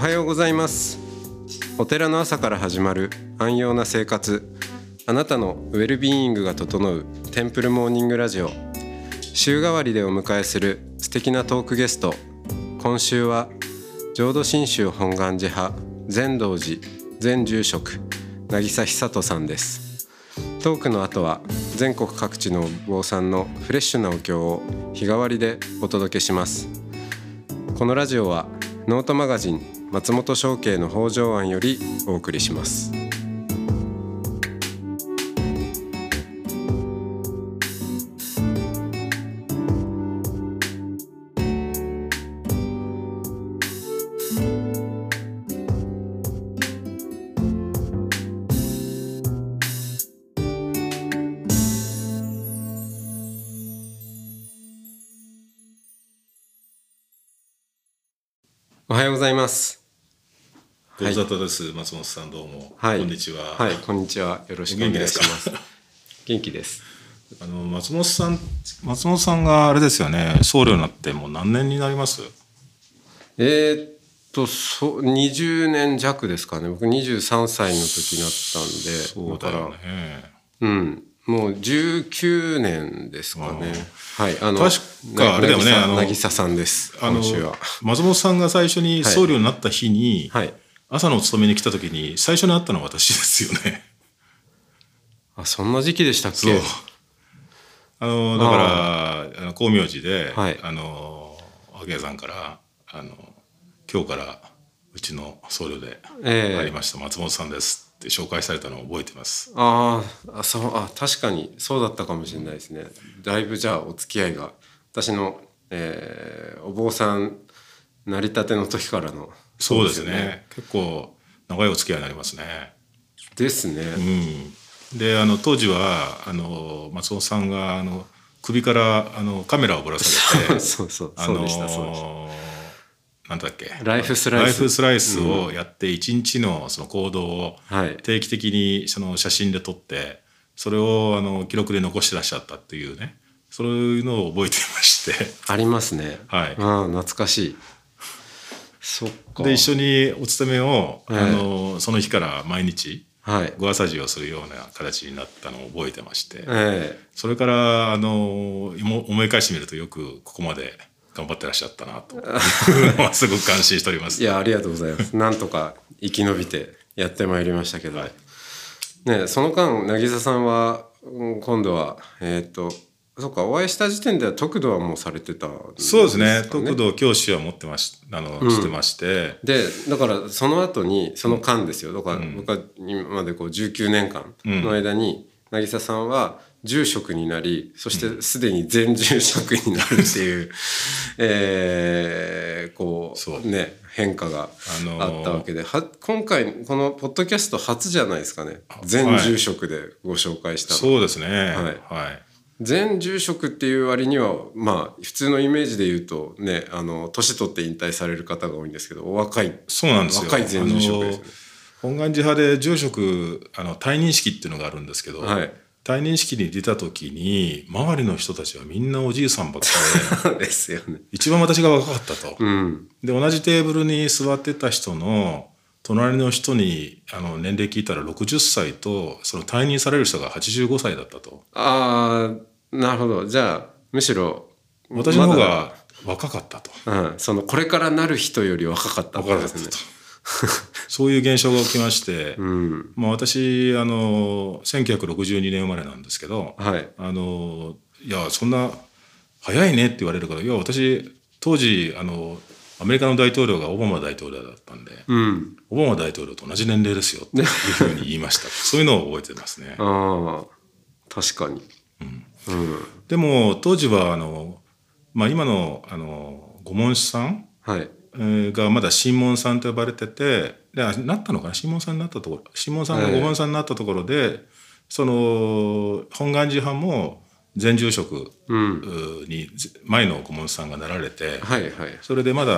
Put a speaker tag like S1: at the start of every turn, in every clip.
S1: はようございます。お寺の朝から始まる安養な生活、あなたのウェルビーイングが整うテンプルモーニングラジオ。週替わりでお迎えする素敵なトークゲスト。今週は浄土真宗本願寺派善道寺前住職渚久人さんです。トークの後は全国各地のお坊さんのフレッシュなお経を日替わりでお届けします。このラジオはノートマガジン松本商家の北条庵よりお送りします。おはようございます。
S2: ご無沙汰です。松本さんどうも、
S1: はい、
S2: こんにちは。
S1: はい、こんにちは。よろしくお願いします。元気です。
S2: 松本さんがあれですよね。僧侶になってもう何年になります
S1: ？20年弱ですかね。僕23歳の時になったんで、
S2: そうだよね。
S1: もう19年ですかね。はい、
S2: 確かあれだよね。
S1: 渚さんです。今週は
S2: 松本さんが最初に僧侶になった日に、
S1: はい、
S2: 朝のお勤めに来た時に最初に会ったのは私ですよね。
S1: あ、そんな時期でしたっけ？
S2: そう。だから光明寺で、
S1: はい、
S2: 秋谷さんから今日からうちの僧侶でありました、松本さんですって紹介されたのを覚えてます。
S1: 確かにそうだったかもしれないですね。だいぶじゃあお付き合いが私の、お坊さん成り立ての時からの。
S2: そうですね。結構長いお付き合いになりますね。
S1: ですね。
S2: で当時は松本さんが首からカメラをぶら下げて
S1: そうでした
S2: なんだっけ、
S1: ライフスライス
S2: をやって一日のその行動を定期的にその写真で撮ってそれを記録で残してらっしゃったっていうね、そういうのを覚えていまして
S1: ありますね。
S2: はい。
S1: 懐かしい。そっか。
S2: で一緒にお勤めを、その日から毎日ご朝事をするような形になったのを覚えてまして、それから思い返してみるとよくここまで頑張ってらっしゃったなとすごく感心しております。
S1: いや、ありがとうございます。なんとか生き延びてやってまいりましたけど、その間渚さんは今度はそうか、お会いした時点では得度はもうされてたんですかね。
S2: そうですね。得度教師は持ってましてまして、
S1: でだからその後にその間ですよ。だから僕は今まで19年間の間に渚さんは住職になり、そしてすでに全住職になるっていう変化があったわけで、今回このポッドキャスト初じゃないですかね。全住職でご紹介したの。
S2: そうですね。はい。
S1: 全住職っていう割には普通のイメージで言うとね、年取って引退される方が多いんですけど、お若い、
S2: そうなんですよ。
S1: 若い全住職ですね。
S2: 本願寺派で住職退任式っていうのがあるんですけど、退任式に出た時に周りの人たちはみんなおじいさんばっかりで
S1: ですよね。
S2: 一番私が若かったと、で同じテーブルに座ってた人の隣の人に年齢聞いたら60歳とその退任される人が85歳だったと。
S1: なるほど。じゃあむしろ
S2: 私の方が若かったと、
S1: そのこれからなる人より若かった
S2: とですね。そういう現象が起きまして、私1962年生まれなんですけど、いやそんな早いねって言われるから、いや私当時アメリカの大統領がオバマ大統領だったんで、オバマ大統領と同じ年齢ですよっていうふうに言いましたそういうのを覚えてますね。
S1: 確かに。
S2: でも当時は今の御門師さんがまだ神門さんと呼ばれてて、なったのかな、神門さんになったところ、神門さんが御門さんになったところで、その本願寺派も全住職に前の御門さんがなられて、それでまだ、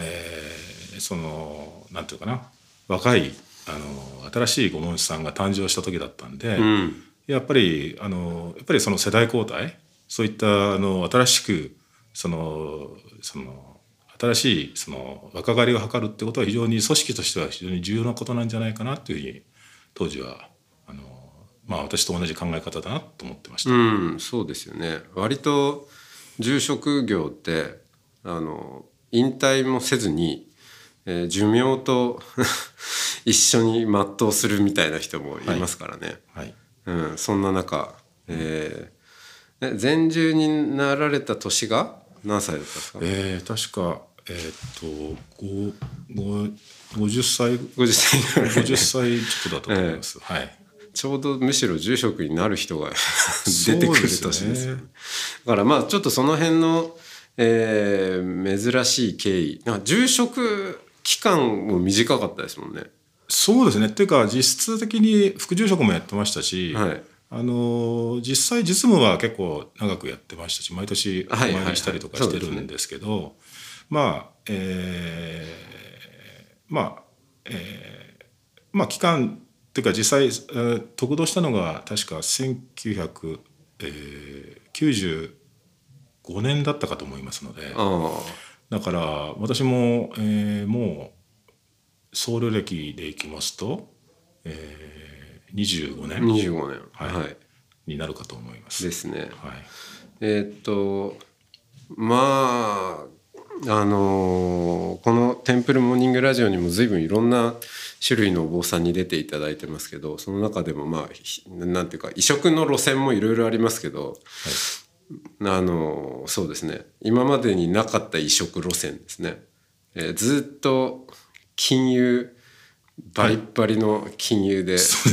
S2: なんていうかな、若い新しい御門さんが誕生した時だったんで、やっぱりその世代交代、そういった新しく新しいその若返りを図るってことは非常に組織としては非常に重要なことなんじゃないかなというふうに当時は私と同じ考え方だなと思ってました。
S1: そうですよね。割と住職業って引退もせずに、寿命と一緒に全うするみたいな人もいますからね。そんな中、前十になられた年が何歳だったんですか？
S2: 確か50歳50歳ちょっとだと思います。
S1: ちょうどむしろ住職になる人が出てくる年ですよね。だからちょっとその辺の、珍しい経緯、なんか住職期間も短かったですもんね。
S2: そうですね。っていうか実質的に副住職もやってましたし、実際実務は結構長くやってましたし、毎年お参りしたりとかしてるんですけど、期間っていうか実際得度したのが確か1995年だったかと思いますので、だから私も、もう僧侶歴でいきますと、25年になるかと思います。
S1: ですね。このテンプルモーニングラジオにも随分いろんな種類のお坊さんに出ていただいてますけど、その中でもなんていうか異色の路線もいろいろありますけど、そうですね、今までになかった異色路線ですね。ずっと金融バリッバリの金融で、
S2: そうです、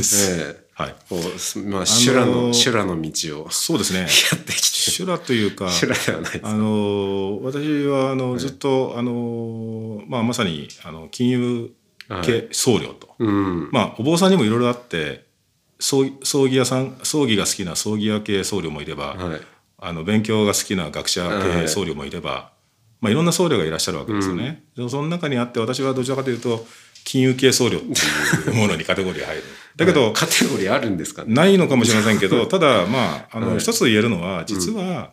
S1: 修羅の道を
S2: そうですね
S1: やってきて、
S2: 修羅というか
S1: 修羅ではないですか。
S2: 私はずっとまさに金融系僧侶と、お坊さんにもいろいろあって、葬儀が好きな葬儀屋系僧侶もいれば、勉強が好きな学者系僧侶もいれば、いろんな僧侶がいらっしゃるわけですよね。その中にあって、私はどちらかというと金融系僧侶っていうものにカテゴリー入る。だけど、
S1: カテゴリーあるんですかね。
S2: ないのかもしれませんけど、ただ一つ言えるのは、実は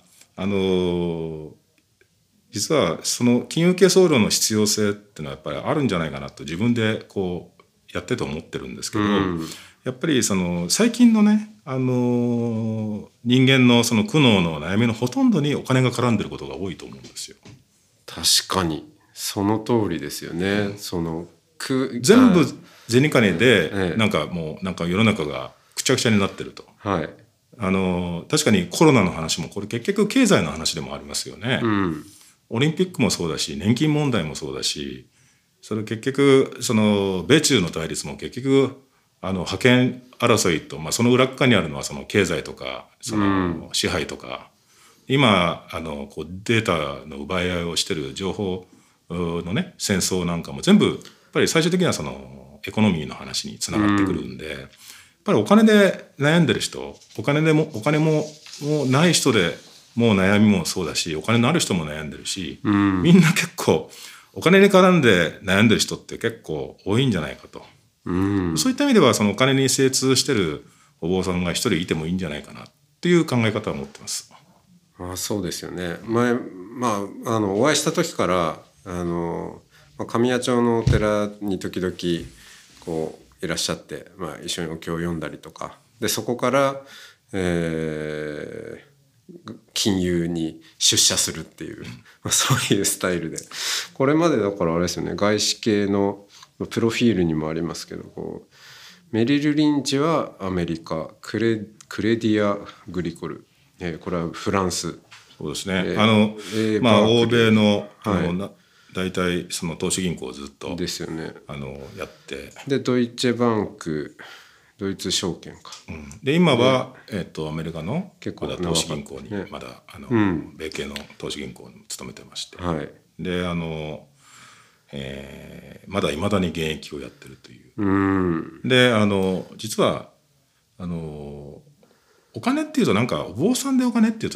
S2: その金融系僧侶の必要性っていうのはやっぱりあるんじゃないかなと自分でこうやってて思ってるんですけど、やっぱり最近のね、人間のその苦悩の悩みのほとんどにお金が絡んでることが多いと思うんですよ。
S1: 確かにその通りですよね。
S2: 全部銭金でなんか世の中がくちゃくちゃになってると。確かにコロナの話もこれ結局経済の話でもありますよね。オリンピックもそうだし、年金問題もそうだし、それ結局米中の対立も結局覇権争いと、その裏側にあるのはその経済とか支配とか、今データの奪い合いをしてる情報のね、戦争なんかも全部やっぱり最終的にはエコノミーの話につながってくるんで、やっぱりお金で悩んでる人、お金もない人でもう悩みもそうだし、お金のある人も悩んでるし、みんな結構お金に絡んで悩んでる人って結構多いんじゃないかと。そういった意味ではお金に精通してるお坊さんが一人いてもいいんじゃないかなっていう考え方を持ってます。
S1: そうですよね。前、お会いした時から神谷町のお寺に時々こういらっしゃって、一緒にお経を読んだりとかで、そこから、金融に出社するっていう、そういうスタイルで、これまでだからあれですよね、外資系のプロフィールにもありますけど、メリル・リンチはアメリカ、クレディア・グリコル、これはフランス。
S2: そうですね。欧米の大体その投資銀行をずっと
S1: ですよね。
S2: やって、
S1: でドイツバンク、ドイツ証券か。
S2: で今はアメリカの結構投資銀行にまだ米系の投資銀行に勤めてまして、でまだ未だに現役をやってるという。で実はお金っていうとお坊さんでお金っていうと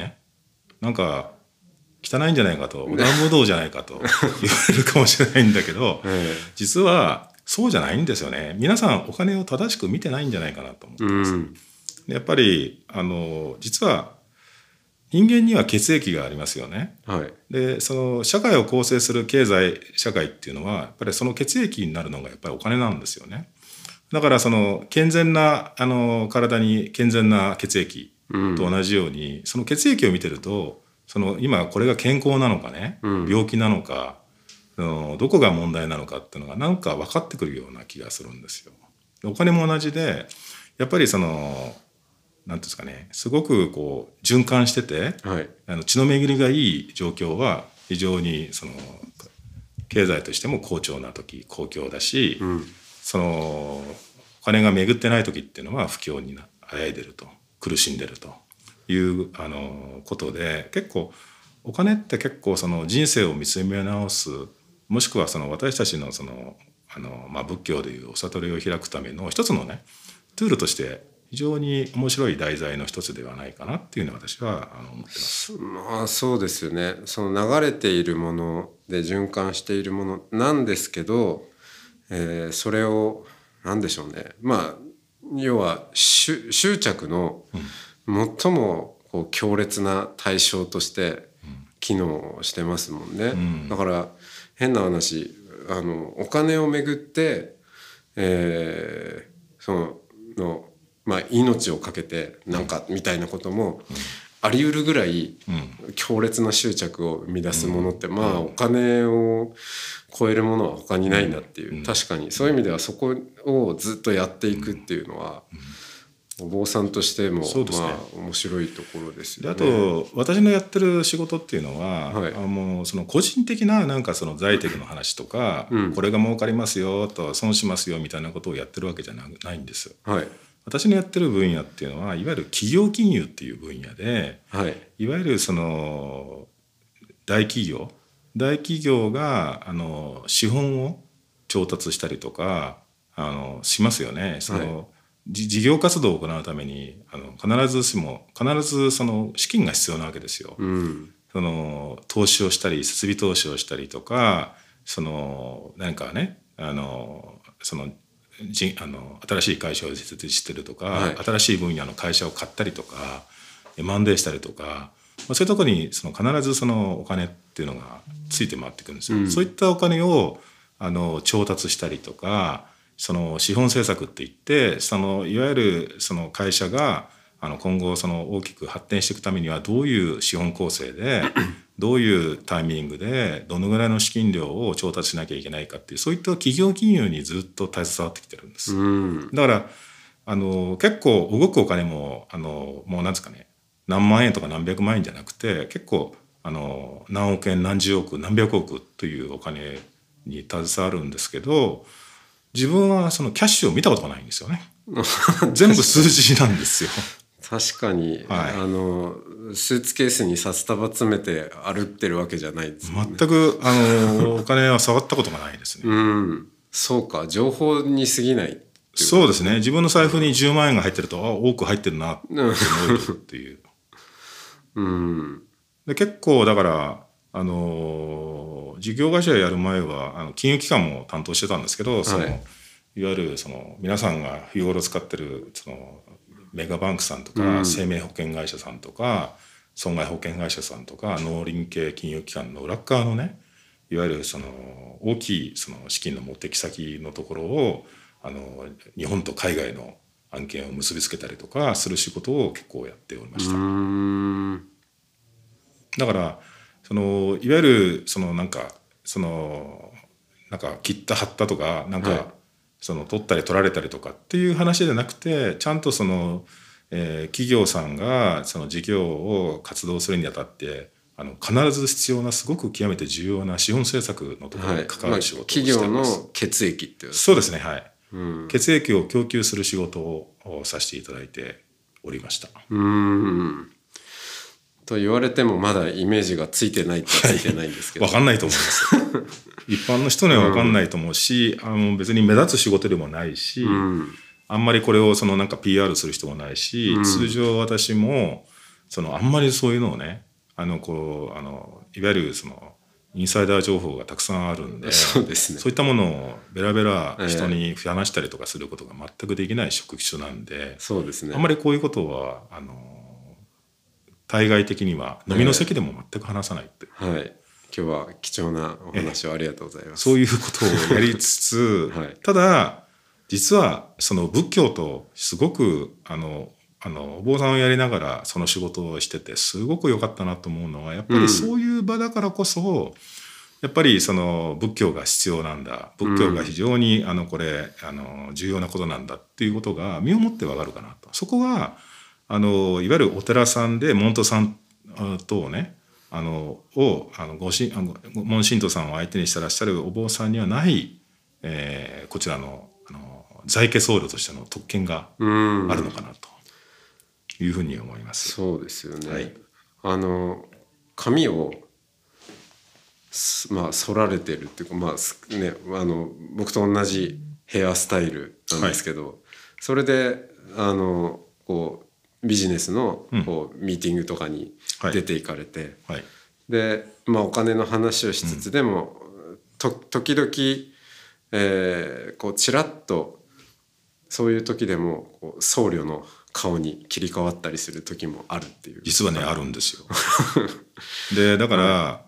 S2: 汚いんじゃないかと、乱暴道じゃないかと言われるかもしれないんだけど、実はそうじゃないんですよね。皆さんお金を正しく見てないんじゃないかなと思ってます。やっぱり実は人間には血液がありますよね。
S1: はい、
S2: でその社会を構成する経済社会っていうのはやっぱりその血液になるのがやっぱりお金なんですよね。だからその健全な体に健全な血液と同じように、その血液を見てるとその今これが健康なのかね、病気なのか、どこが問題なのかっていうのがなんか分かってくるような気がするんですよ。お金も同じでやっぱりそのなんですかね、すごくこう循環してて、はい、血の巡りがいい状況は非常にその経済としても好調な時好況だし、そのお金が巡ってない時っていうのは不況にあやいでると、苦しんでるということで、結構お金って結構その人生を見つめ直す、もしくはその私たちのその仏教でいうお悟りを開くための一つのねツールとして非常に面白い題材の一つではないかなっていうのは私は思ってます。
S1: まあそうですよね。その流れているもので循環しているものなんですけど、それを何でしょうね、まあ要は執着の最もこう強烈な対象として機能してますもんね。だから変な話、お金をめぐって、そのまあ、命をかけてなんかみたいなこともあり得るぐらい強烈な執着を生み出すものって、まあお金を超えるものは他にないなっていう、確かにそういう意味ではそこをずっとやっていくっていうのはお坊さんとしてもまあ面白いところですよね。
S2: あと私のやってる仕事っていうのは、はい、もうその個人的ななんかその財テクの話とか、これが儲かりますよと損しますよみたいなことをやってるわけじゃないんです。はい、私のやってる分野っていうのはいわゆる企業金融っていう分野で、はい、いわゆるその大企業が資本を調達したりとかしますよね。その、はい、事業活動を行うために必ずその資金が必要なわけですよ。その投資をしたり設備投資をしたりとか、その何かねその新しい会社を設立してるとか、はい、新しい分野の会社を買ったりとかM&Aしたりとか、そういうところにその必ずそのお金っていうのがついて回ってくるんですよ。そういったお金を調達したりとか、その資本政策っていってそのいわゆるその会社が今後その大きく発展していくためにはどういう資本構成でどういうタイミングでどのぐらいの資金量を調達しなきゃいけないかっていう、そういった企業金融にずっと携わってきてるんです。だから結構動くお金ももうなんですかね、何万円とか何百万円じゃなくて結構何億円何十億何百億というお金に携わるんですけど、自分はそのキャッシュを見たことがないんですよね。全部数字なんですよ。
S1: 確かに、はい、スーツケースに札束詰めて歩ってるわけじゃないですもんね。
S2: 全くお金は触ったことがないですね。
S1: そうか、情報に過ぎないっていう、
S2: そうですね。自分の財布に10万円が入ってると多く入ってるなって思うっていうで結構だから事業会社やる前は金融機関も担当してたんですけど、その、はい、いわゆるその皆さんが日頃使ってるそのメガバンクさんとか、生命保険会社さんとか損害保険会社さんとか農林系金融機関の裏側のね、いわゆるその大きいその資金の持ってき先のところを日本と海外の案件を結びつけたりとかする仕事を結構やっておりました。だからそのいわゆるそのなんか切った貼ったとかなんか、はい、その取ったり取られたりとかっていう話じゃなくて、ちゃんとその、企業さんがその事業を活動するにあたって必ず必要なすごく極めて重要な資本政策のところに関わる仕事をしています。
S1: 企業の血液っていう、
S2: そうですね、はい、血液を供給する仕事をさせていただいておりました。
S1: と言われてもまだイメージがついてないってついてないんですけど、
S2: 分かんないと思います一般の人には分かんないと思うし、別に目立つ仕事でもないし、あんまりこれをそのなんか PR する人もないし、通常私もあんまりそういうのをねいわゆるそのインサイダー情報がたくさんあるんで、
S1: そうですね、
S2: そういったものをベラベラ人に話したりとかすることが全くできない職種なんで、
S1: そうですね、
S2: あんまりこういうことは対外的には飲みの席でも全く話さないって、
S1: はい、今日は貴重なお話をありがとうございます。
S2: そういうことをやりつつ、はい、ただ実はその仏教とすごくお坊さんをやりながらその仕事をしててすごく良かったなと思うのは、やっぱりそういう場だからこそ、やっぱりその仏教が必要なんだ、仏教が非常にこれ重要なことなんだっていうことが身をもってわかるかなと。そこがいわゆるお寺さんで門徒さんとね門信徒さんを相手にしてらっしゃるお坊さんにはない、こちらの在家僧侶としての特権があるのかなというふうに思います。
S1: そうですよね、はい、髪を剃られてるっていうか、ね、僕と同じヘアスタイルなんですけど、はい、それでこうビジネスのこうミーティングとかに出ていかれて、はいはい、で、お金の話をしつつ、でも時々、こうちらっとそういう時でもこう僧侶の顔に切り替わったりする時もあるっていう。
S2: 実はねあるんですよ。でだから、はい、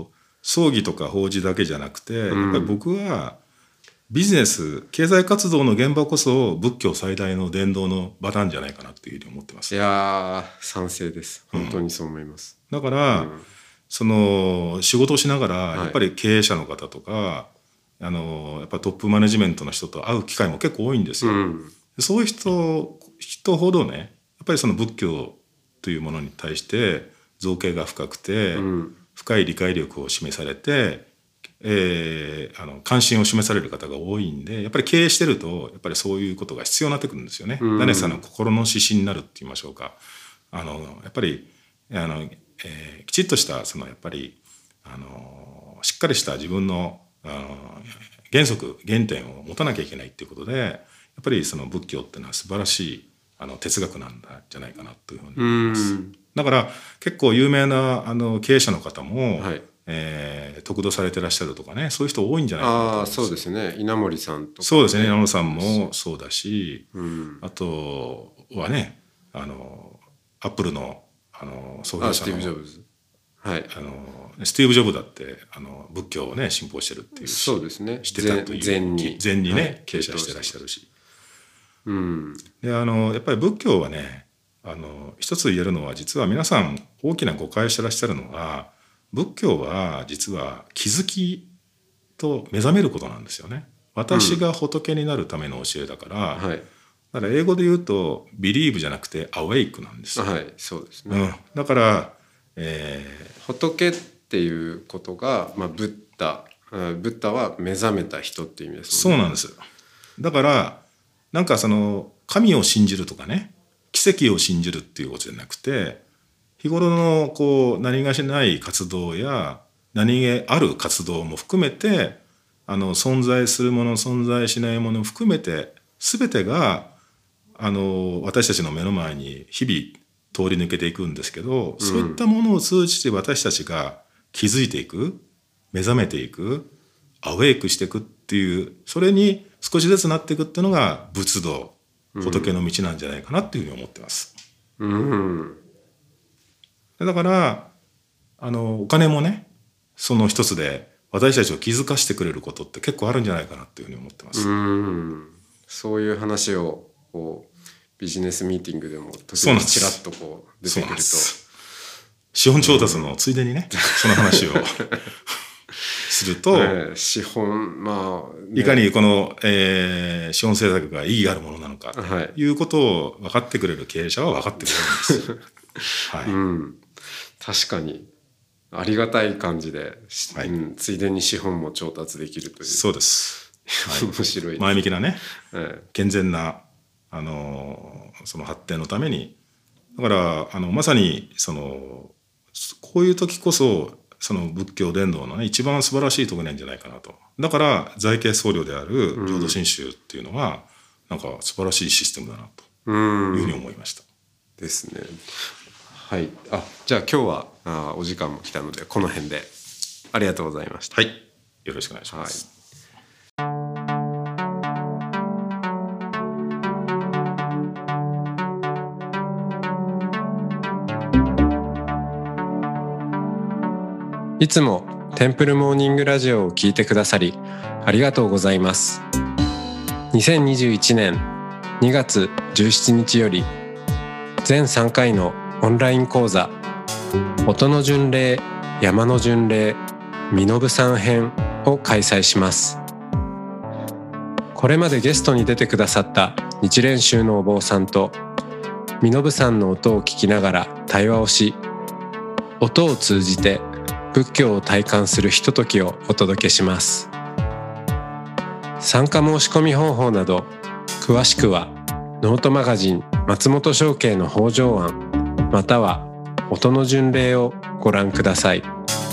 S2: 葬儀とか法事だけじゃなくて、やっぱり僕はビジネス経済活動の現場こそ仏教最大の伝道の場なんじゃないかなっていうふうに思ってます。
S1: いや賛成です。本当にそう思います。
S2: だから、その仕事をしながらやっぱり経営者の方とか、やっぱトップマネジメントの人と会う機会も結構多いんですよ。そういう人ほどね、やっぱりその仏教というものに対して造詣が深くて、深い理解力を示されて、関心を示される方が多いんで、やっぱり経営してるとやっぱりそういうことが必要になってくるんですよね。誰さんの心の指針になるって言いましょうか。やっぱりきちっとしたそのやっぱりしっかりした自分の原則原点を持たなきゃいけないっていうことで、やっぱりその仏教っていうのは素晴らしい哲学なんじゃないかなというふうに思います。だから結構有名な経営者の方も、はい、得度されてらっしゃるとかね、そういう人多いんじゃないかなと思います。
S1: そうですね、稲森さんとか、ね、
S2: そうですね、稲森さんもそうだし、あとはねアップルの創業者の
S1: スティーブ・ジョブズ、はい、
S2: スティーブ・ジョブだって仏教をね信奉してるっていう、
S1: そうですね、
S2: してたという禅にね、はい、経営者してらっしゃるし、でやっぱり仏教はね一つ言えるのは、実は皆さん大きな誤解してらっしゃるのが、仏教は実は気づきと目覚めることなんですよね。私が仏になるための教えだから、はい、だから英語で言うと believe じゃなくて awake なんですよ。
S1: はい、そうですね、
S2: だから、
S1: 仏っていうことが、ブッダは目覚めた人っていう意味です
S2: もんね。そうなんです。だからなんかその神を信じるとかね、奇跡を信じるっていうことじゃなくて、日頃のこう何がしない活動や何気ある活動も含めて、存在するもの存在しないもの含めて全てが私たちの目の前に日々通り抜けていくんですけど、そういったものを通じて私たちが気づいていく、目覚めていく、アウェイクしていくっていう、それに少しずつなっていくっていうのが仏道、仏の道なんじゃないかなっていうふうに思ってます。だからお金もね、その一つで私たちを気づかせてくれることって結構あるんじゃないかなっていうふうに思ってます。
S1: そういう話をこうビジネスミーティングでも時々ちらっとこう出てくると、
S2: 資本調達のついでにね、その話をすると、
S1: 資本
S2: いかにこの、資本政策が意義があるものなのかということを分かってくれる経営者は分かってくれるんです。はい、
S1: 確かにありがたい感じで、はい、ついでに資本も調達できるという。
S2: そうです。
S1: はい、面白いです。
S2: 前向きなね、健全なその発展のために、だからまさにこういう時こそその仏教伝道のね一番素晴らしいところなんじゃないかなと。だから在家僧侶である浄土真宗っていうのは、なんか素晴らしいシステムだなというふうに思いました。
S1: ですね。はい。じゃあ今日はお時間も来たのでこの辺でありがとうございました。
S2: はい。よろしくお願いします。
S1: はい。 いつもテンプルモーニングラジオを聞いてくださりありがとうございます。2021年2月17日より全3回のオンライン講座音の巡礼、山の巡礼、身延山編を開催します。これまでゲストに出てくださった日蓮宗のお坊さんと身延山の音を聞きながら対話をし、音を通じて仏教を体感するひとときをお届けします。参加申し込み方法など詳しくはノートマガジン松本商家の北条案または音の巡礼をご覧ください。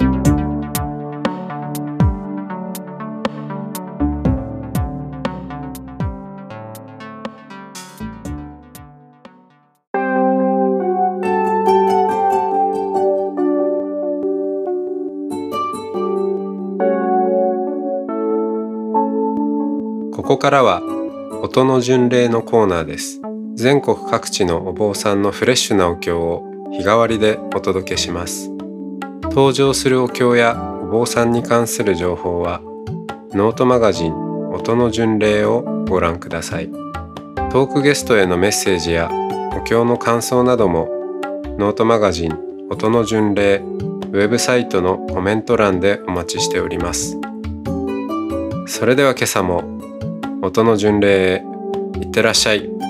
S1: ここからは音の巡礼のコーナーです。全国各地のお坊さんのフレッシュなお経を日替わりでお届けします。登場するお経やお坊さんに関する情報はノートマガジン音の巡礼をご覧ください。トークゲストへのメッセージやお経の感想などもノートマガジン音の巡礼ウェブサイトのコメント欄でお待ちしております。それでは今朝も音の巡礼へいってらっしゃい。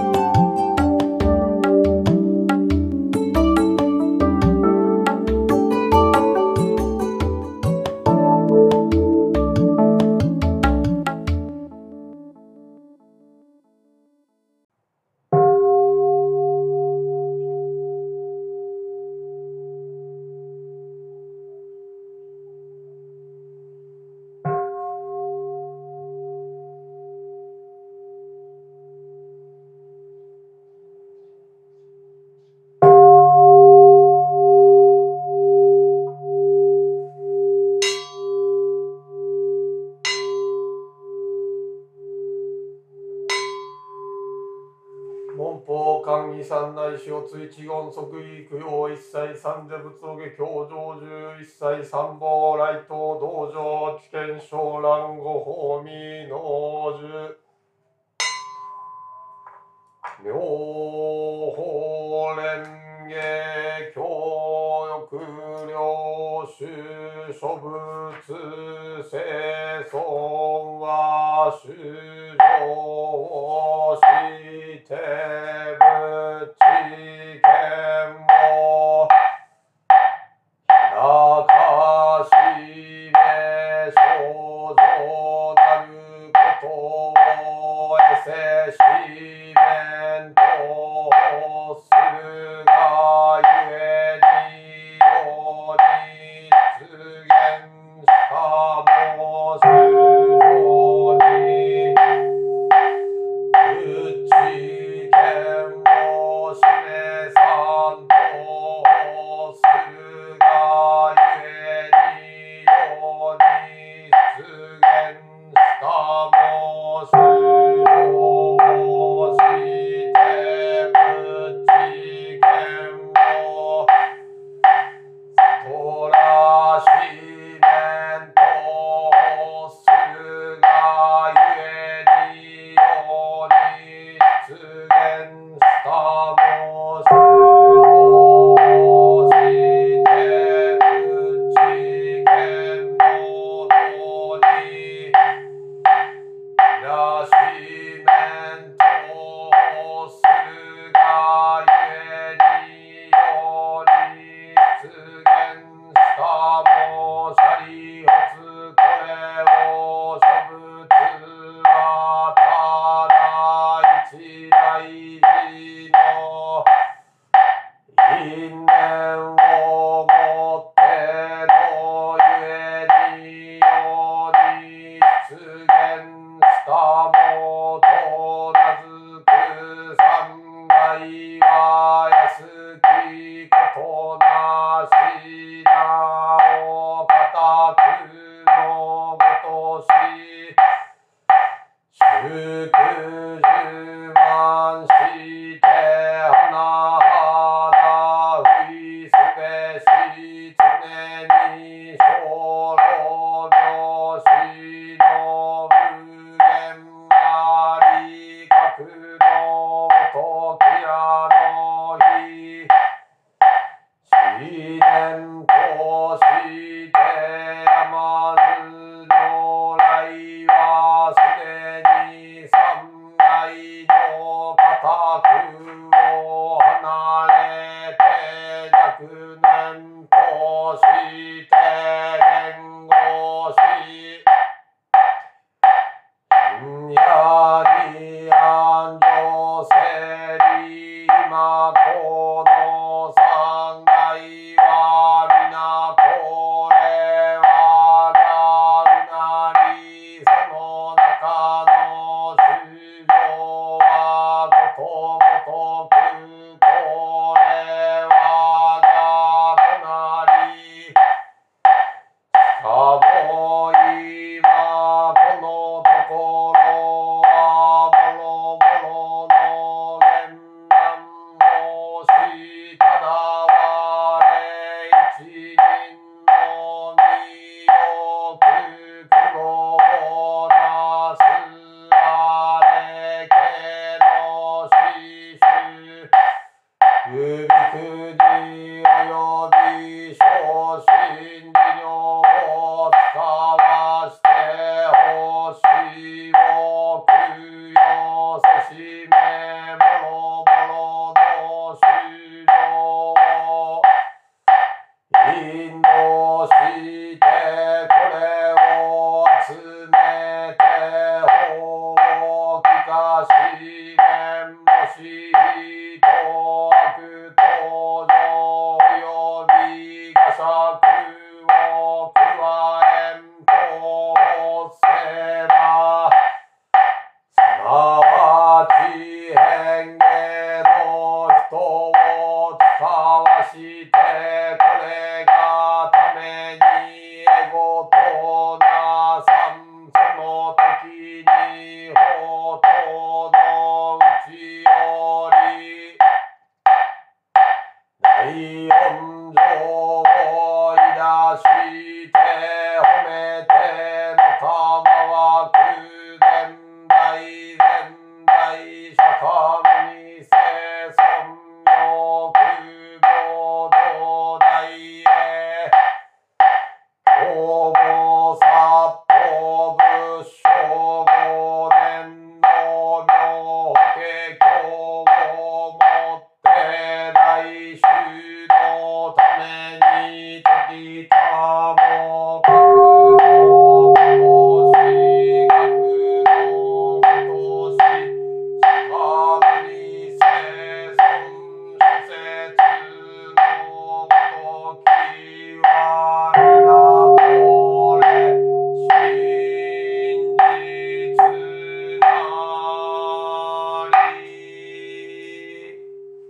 S3: 文法官議三内四を追記言即位供養一切三者仏を下教成就一切三宝来頭道場知見昇蘭語法味能樹妙法蓮華教欲領主諸仏生尊は主上をして仏知見も中しめ症状なることを得せしめんとするがゆえにより実現したも主上に仏知見首首及び昇進事業を使わして星を供養せしめもろもろの衆生を引導してこれを集めて法を聞かし念もしと悪登場及び我釈を加えんとせばすなわち変化の人を使わしてこれがためにエゴとなさんその時に法とのうちより第四条をいだして褒めての玉は空前大前大釈迦牟尼世尊妙空平等大へ応募殺法仏正五年の妙法華経をもって大衆のために時たも学のごとし学のごとし釈迦牟尼世尊諸説のごときは皆これ真実なり。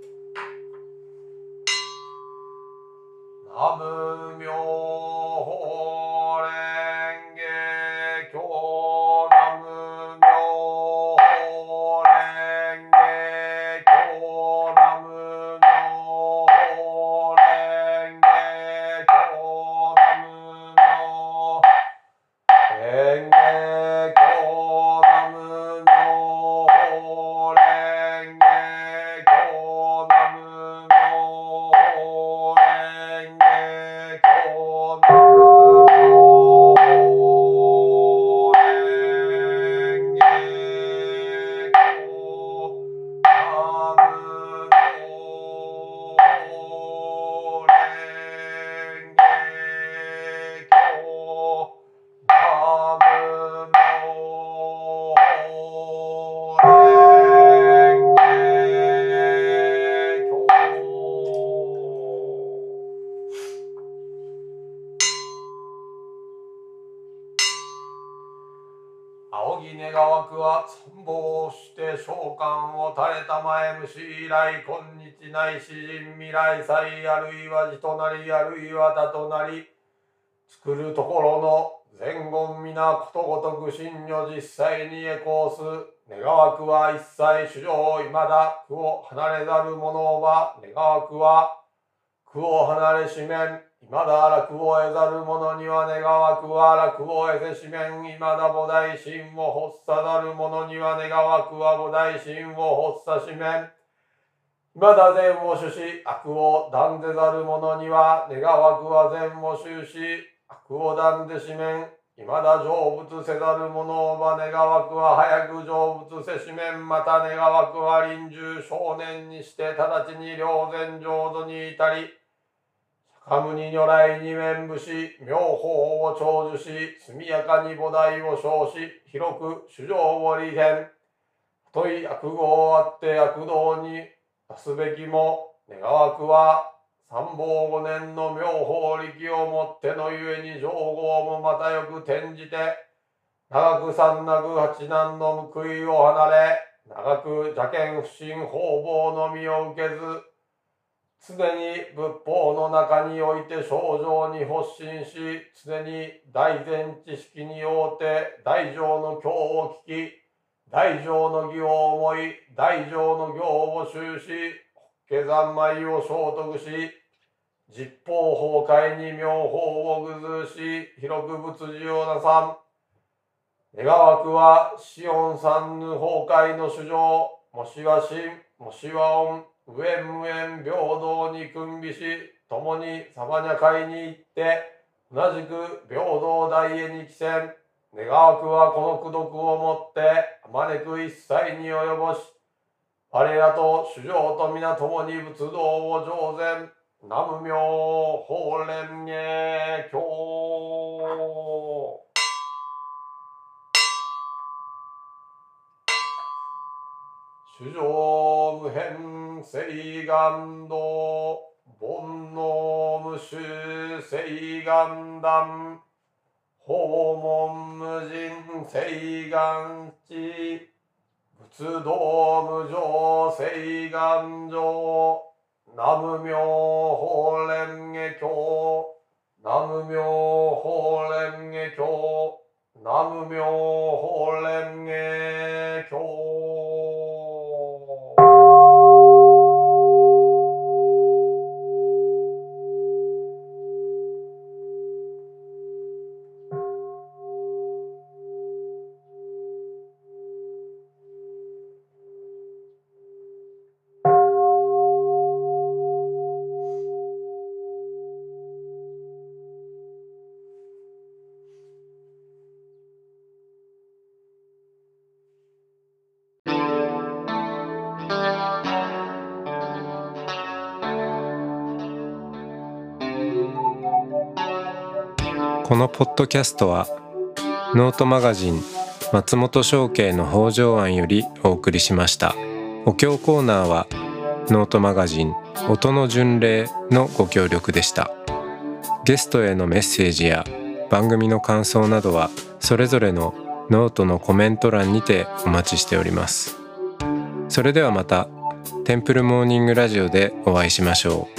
S3: 南無妙法蓮華経南無妙法蓮華経南無妙法蓮華経南無妙蓮華経南無妙法蓮華経南無妙法蓮華経南無妙法蓮華仰ぎ願わくは参謀して召喚を垂れたまえむし以来今日ないし人未来際あるいは字となりあるいは他となり作るところの前言皆ことごとく真如実際に得行す願わくは一切主情いまだ苦を離れざる者は願わくは苦を離れしめんいまだ楽を得ざる者には願わくは楽を得せしめんいまだ菩提心を発さざる者には願わくは菩提心を発さしめんいまだ善を主し悪を断ぜざる者には願わくは善を主し悪を断ぜしめんいまだ成仏せざる者は願わくは早く成仏せしめんまた願わくは臨終少年にして直ちに良善浄土に至り釈迦牟尼如来に面武し妙法を長寿し速やかに菩提を称し広く主情を利変太い悪業あって悪道に出すべきも願わくは三宝五年の妙法力をもってのゆえに上号もまたよく転じて長く三なく八難の報いを離れ長く邪見不信方々のみを受けず常に仏法の中において正常に発信し常に大善知識によって大乗の教を聞き大乗の義を思い大乗の行を修し法華三昧を聖徳し実法崩壊に妙法を具ずし広く仏事をなさん願わくは四恩三ぬ崩壊の主情もしは真もしは恩無縁無縁平等に君びし、共にサバニャ会に行って、同じく平等大へに帰戦、願わくはこの功徳をもって、招く一切に及ぼし、我らと主上と皆共に仏道を上善、南無妙法蓮華経。主上無変誓願道、煩悩無臭誓願断、訪問無尽誓願地、仏道無常誓願上、南無妙法蓮華経、南無妙法蓮華経、南無妙法蓮華経。
S1: このポッドキャストはノートマガジン松本商家の北条庵よりお送りしました。お経コーナーはノートマガジン音の巡礼のご協力でした。ゲストへのメッセージや番組の感想などはそれぞれのノートのコメント欄にてお待ちしております。それではまたテンプルモーニングラジオでお会いしましょう。